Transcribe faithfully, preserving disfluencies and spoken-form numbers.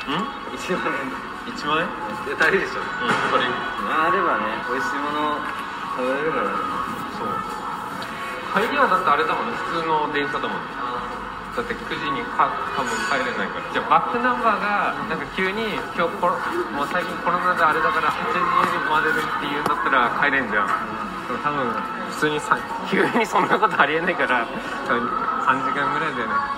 いちまんえんいちまん円で足りるでしょ。 うん、それあればね、美味しいもの食べれるからね。 そう帰りはだってあれだもんね、普通の電車だもんね。だってくじにか多分帰れないから。じゃあバックナンバーがなんか急に今日コロもう最近コロナであれだからはちじまででっていうんだったら帰れんじゃん。でも多分普通にさ急にそんなことありえないから多分さんじかんぐらいだよね。